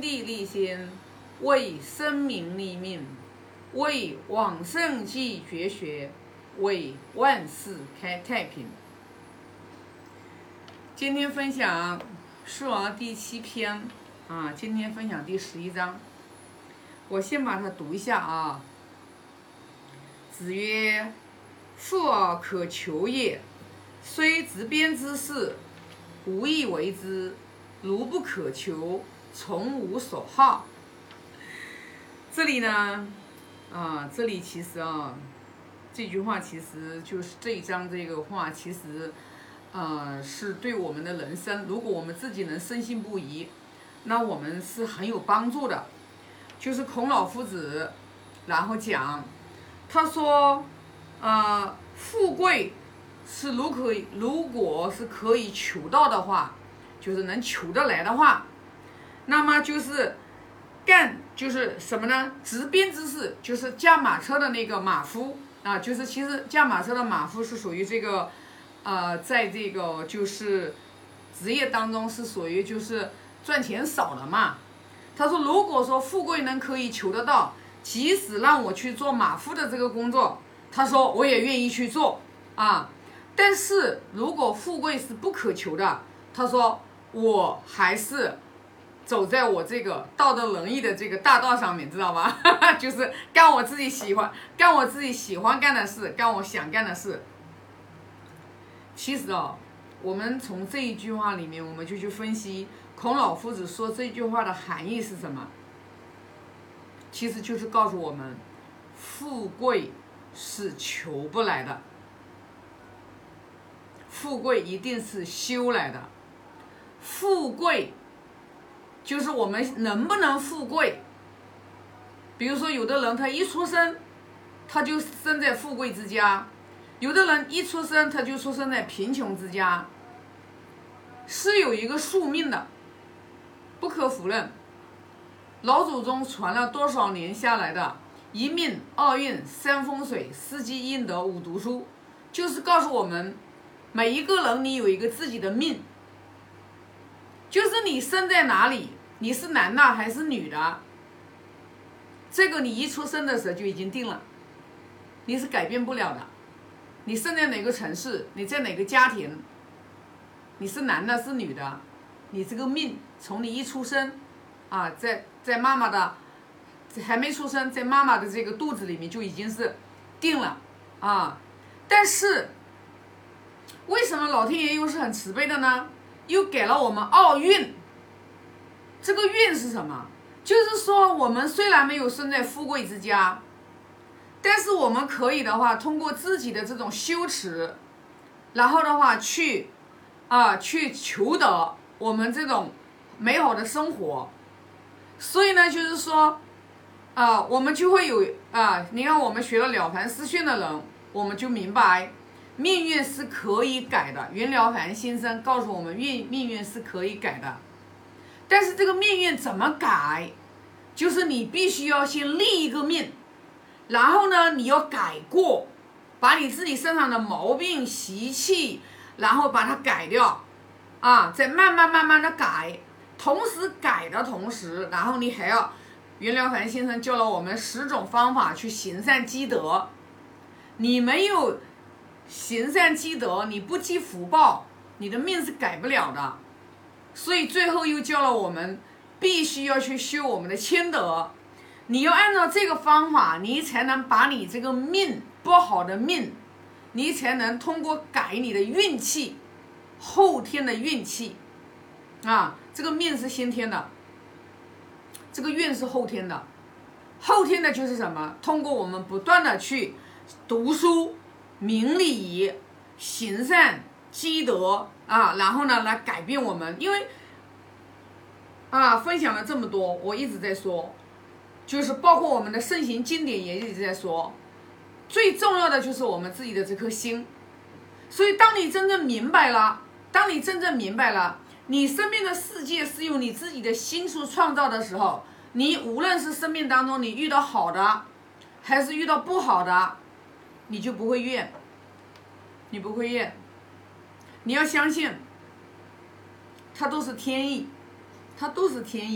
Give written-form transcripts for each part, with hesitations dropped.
地立心，为生民立命，为往圣继绝学，为万世开太平。今天分享《述而》第7篇啊，今天分享第11章。我先把它读一下啊。子曰：“述而可求也，虽执鞭之事，无以为之。如不可求，从无所好。”这里呢，这里其实这句话其实就是这一章这个话，其实是对我们的人生，如果我们自己能深信不疑，那我们是很有帮助的。就是孔老夫子，然后讲，他说，富贵是如果是可以求到的话，就是能求得来的话，那么就是就是什么呢？执鞭之事，就是驾马车的那个马夫啊，就是其实驾马车的马夫是属于这个，在这个就是职业当中是属于就是赚钱少的嘛。他说，如果说富贵可以求得到，即使让我去做马夫的这个工作，他说我也愿意去做啊。但是如果富贵是不可求的，他说我还是走在我这个道德仁义的这个大道上面，知道吧？就是干我自己喜欢干的事，干我想干的事。其实我们从这一句话里面，我们就去分析孔老夫子说这句话的含义是什么。其实就是告诉我们，富贵是求不来的，富贵一定是修来的。富贵就是我们能不能富贵。比如说有的人他一出生他就生在富贵之家，有的人一出生他就出生在贫穷之家，是有一个宿命的，不可否认。老祖宗传了多少年下来的一命二运三风水四积阴德五读书，就是告诉我们每一个人你有一个自己的命，就是你生在哪里，你是男的还是女的，这个你一出生的时候就已经定了，你是改变不了的。你生在哪个城市，你在哪个家庭，你是男的是女的，你这个命从你一出生在妈妈的还没出生，在妈妈的这个肚子里面就已经是定了啊。但是为什么老天爷又是很慈悲的呢？又给了我们奥运。这个运是什么？就是说我们虽然没有生在富贵之家，但是我们可以的话，通过自己的这种修持，然后的话去求得我们这种美好的生活。所以呢，就是说我们就会有你看我们学了了凡四训的人，我们就明白命运是可以改的。袁了凡先生告诉我们，命运是可以改的。但是这个命运怎么改？就是你必须要先立一个命，然后呢你要改过，把你自己身上的毛病习气，然后把它改掉再慢慢的改。同时改的同时，然后你还要，袁了凡先生教了我们10种方法去行善积德。你没有行善积德，你不积福报，你的命是改不了的。所以最后又教了我们必须要去修我们的谦德。你要按照这个方法，你才能把你这个命不好的命，你才能通过改你的运气，后天的运气这个命是先天的，这个运是后天的。后天的就是什么？通过我们不断的去读书明理行善积德然后呢来改变我们。因为分享了这么多，我一直在说，就是包括我们的圣贤经典也一直在说，最重要的就是我们自己的这颗心。所以当你真正明白了，你生命的世界是由你自己的心所创造的时候，你无论是生命当中你遇到好的还是遇到不好的，你就不会怨，你要相信它都是天意，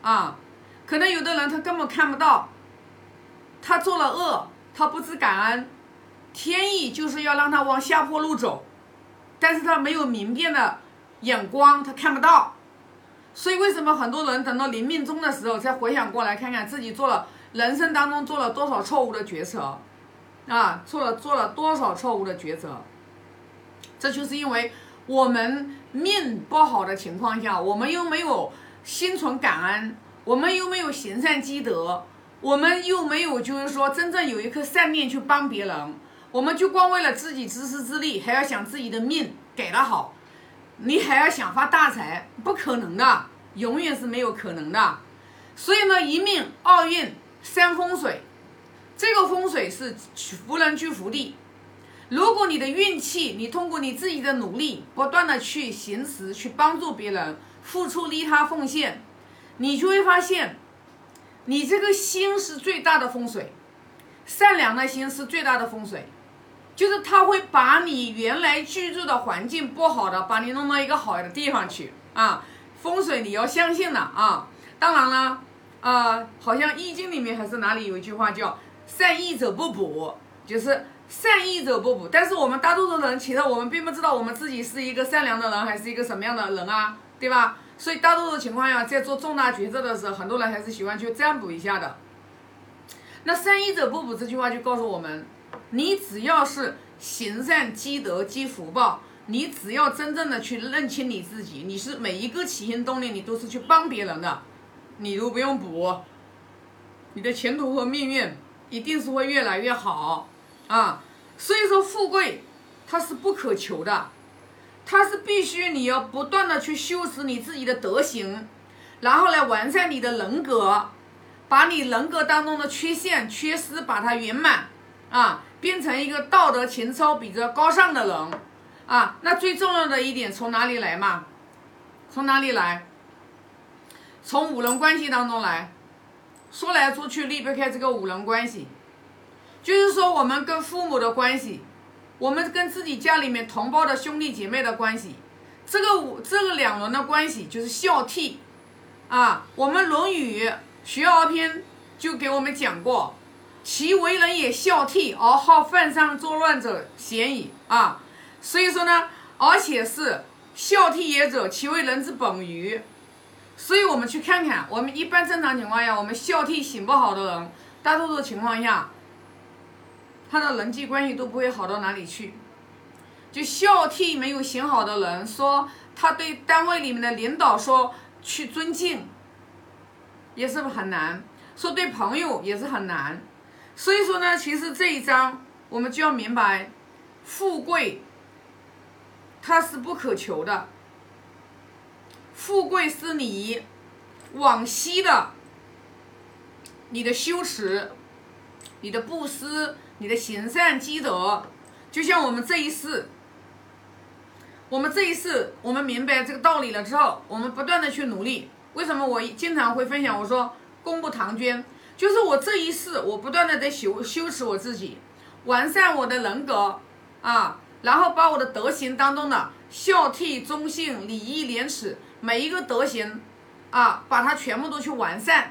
啊。可能有的人他根本看不到，他做了恶，他不知感恩，天意就是要让他往下坡路走，但是他没有明辨的眼光，他看不到。所以为什么很多人等到临命终的时候才回想过来，看看自己人生当中做了多少错误的决策啊，做了多少错误的抉择。这就是因为我们命不好的情况下，我们又没有心存感恩，我们又没有行善积德，我们又没有就是说真正有一颗善念去帮别人，我们就光为了自己自私自利，还要想自己的命给得好，你还要想发大财，不可能的，永远是没有可能的。所以呢，一命二运三风水，这个风水是福人居福地。如果你的运气，你通过你自己的努力，不断的去行使，去帮助别人，付出利他奉献，你就会发现，你这个心是最大的风水，善良的心是最大的风水，就是它会把你原来居住的环境不好的，把你弄到一个好的地方去啊。风水你要相信的啊。当然了，好像易经里面还是哪里有一句话叫善意者不补，就是善意者不补。但是我们大多数人其实我们并不知道我们自己是一个善良的人还是一个什么样的人啊，对吧？所以大多数情况下在做重大决策的时候，很多人还是喜欢去占卜一下的。那善意者不补这句话就告诉我们，你只要是行善积德积福报，你只要真正的去认清你自己，你是每一个起心动念你都是去帮别人的，你都不用补，你的前途和命运一定是会越来越好啊。所以说富贵它是不可求的，它是必须你要不断的去修持你自己的德行，然后来完善你的人格，把你人格当中的缺陷缺失把它圆满啊，变成一个道德情操比较高尚的人啊。那最重要的一点从哪里来嘛？从哪里来？从五伦关系当中来。说来说去离不开这个五伦关系，就是说我们跟父母的关系，我们跟自己家里面同胞的兄弟姐妹的关系，这个两轮的关系就是孝悌啊。我们《论语·学而篇》就给我们讲过，其为人也孝悌，而好犯上作乱者鲜矣啊。所以说呢，而且是孝悌也者，其为人之本于。所以我们去看看，我们一般正常情况下，我们孝悌行不好的人，大多数情况下他的人际关系都不会好到哪里去。就孝悌没有行好的人，说他对单位里面的领导说去尊敬也是很难，说对朋友也是很难。所以说呢，其实这一章我们就要明白，富贵它是不可求的，富贵是你往昔的你的修持，你的布施，你的行善积德。就像我们这一世我们明白这个道理了之后，我们不断的去努力。为什么我经常会分享，我说功不唐捐，就是我这一世我不断的在修持我自己，完善我的人格啊，然后把我的德行当中的孝悌忠信礼义廉耻每一个德行啊，把它全部都去完善。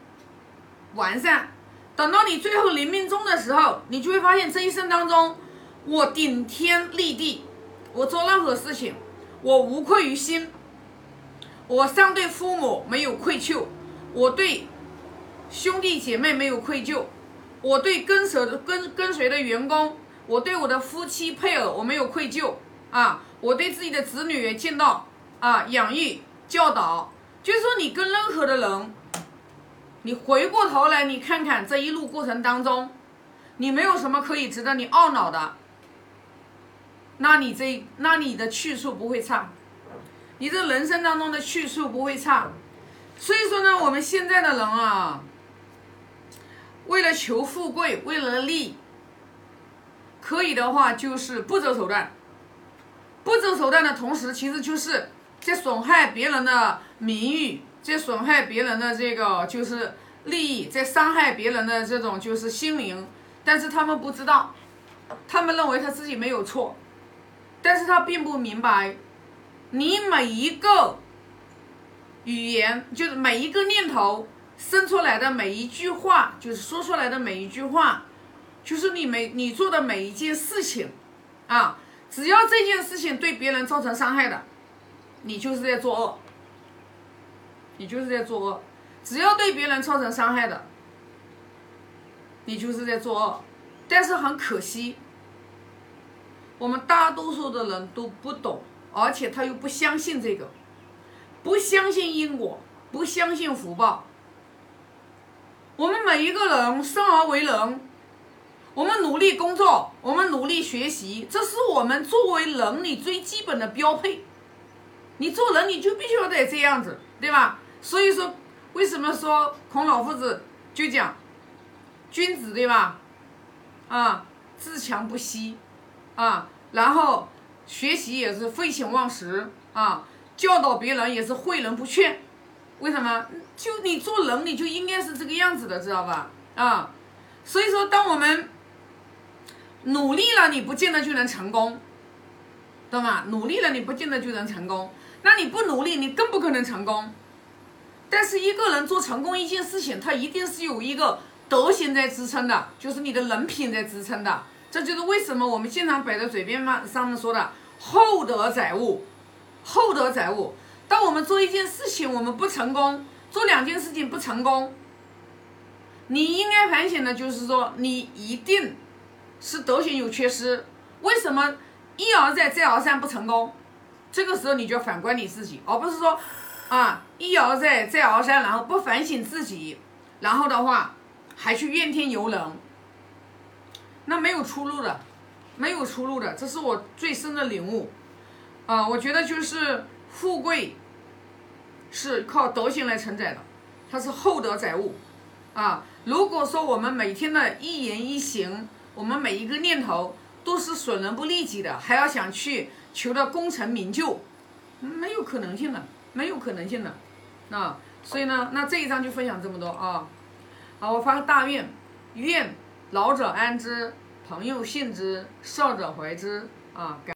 等到你最后临命终的时候，你就会发现这一生当中，我顶天立地，我做任何事情我无愧于心，我上对父母没有愧疚，我对兄弟姐妹没有愧疚，我对跟随的员工，我对我的夫妻配偶我没有愧疚啊，我对自己的子女也尽到养育教导。就是说你跟任何的人，你回过头来你看看这一路过程当中，你没有什么可以值得你懊恼的，那你的去处不会差，你这人生当中的去处不会差。所以说呢，我们现在的人啊，为了求富贵，为了利，可以的话就是不择手段。不择手段的同时，其实就是在损害别人的名誉，在损害别人的这个就是利益，在伤害别人的这种就是心灵。但是他们不知道，他们认为他自己没有错，但是他并不明白，你每一个语言，就是每一个念头生出来的每一句话，就是说出来的每一句话，就是你做的每一件事情啊，只要这件事情对别人造成伤害的，你就是在作恶，你就是在作恶。只要对别人造成伤害的，你就是在作恶。但是很可惜，我们大多数的人都不懂，而且他又不相信这个，不相信因果，不相信福报。我们每一个人生而为人，我们努力工作，我们努力学习，这是我们作为人你最基本的标配。你做人你就必须要得这样子，对吧？所以说，为什么说孔老夫子就讲君子，对吧？自强不息啊，然后学习也是废寝忘食啊，教导别人也是诲人不劝。为什么？就你做人你就应该是这个样子的，知道吧？所以说当我们努力了，你不见得就能成功，懂吗？努力了你不见得就能成功，那你不努力你更不可能成功。但是一个人做成功一件事情，他一定是有一个德行在支撑的，就是你的人品在支撑的。这就是为什么我们经常摆在嘴边上面说的厚德载物，厚德载物。当我们做一件事情我们不成功，做2件事情不成功，你应该反省的就是说你一定是德行有缺失。为什么一而再再而三不成功？这个时候你就要反观你自己，而不是说一而再再而三，然后不反省自己，然后的话还去怨天尤人，那没有出路的，没有出路的。这是我最深的领悟我觉得就是富贵是靠德行来承载的，它是厚德载物如果说我们每天的一言一行，我们每一个念头都是损人不利己的，还要想去求到功成名就，没有可能性的，没有可能性的所以呢，那这一章就分享这么多我发个大愿，愿老者安之，朋友信之，少者怀之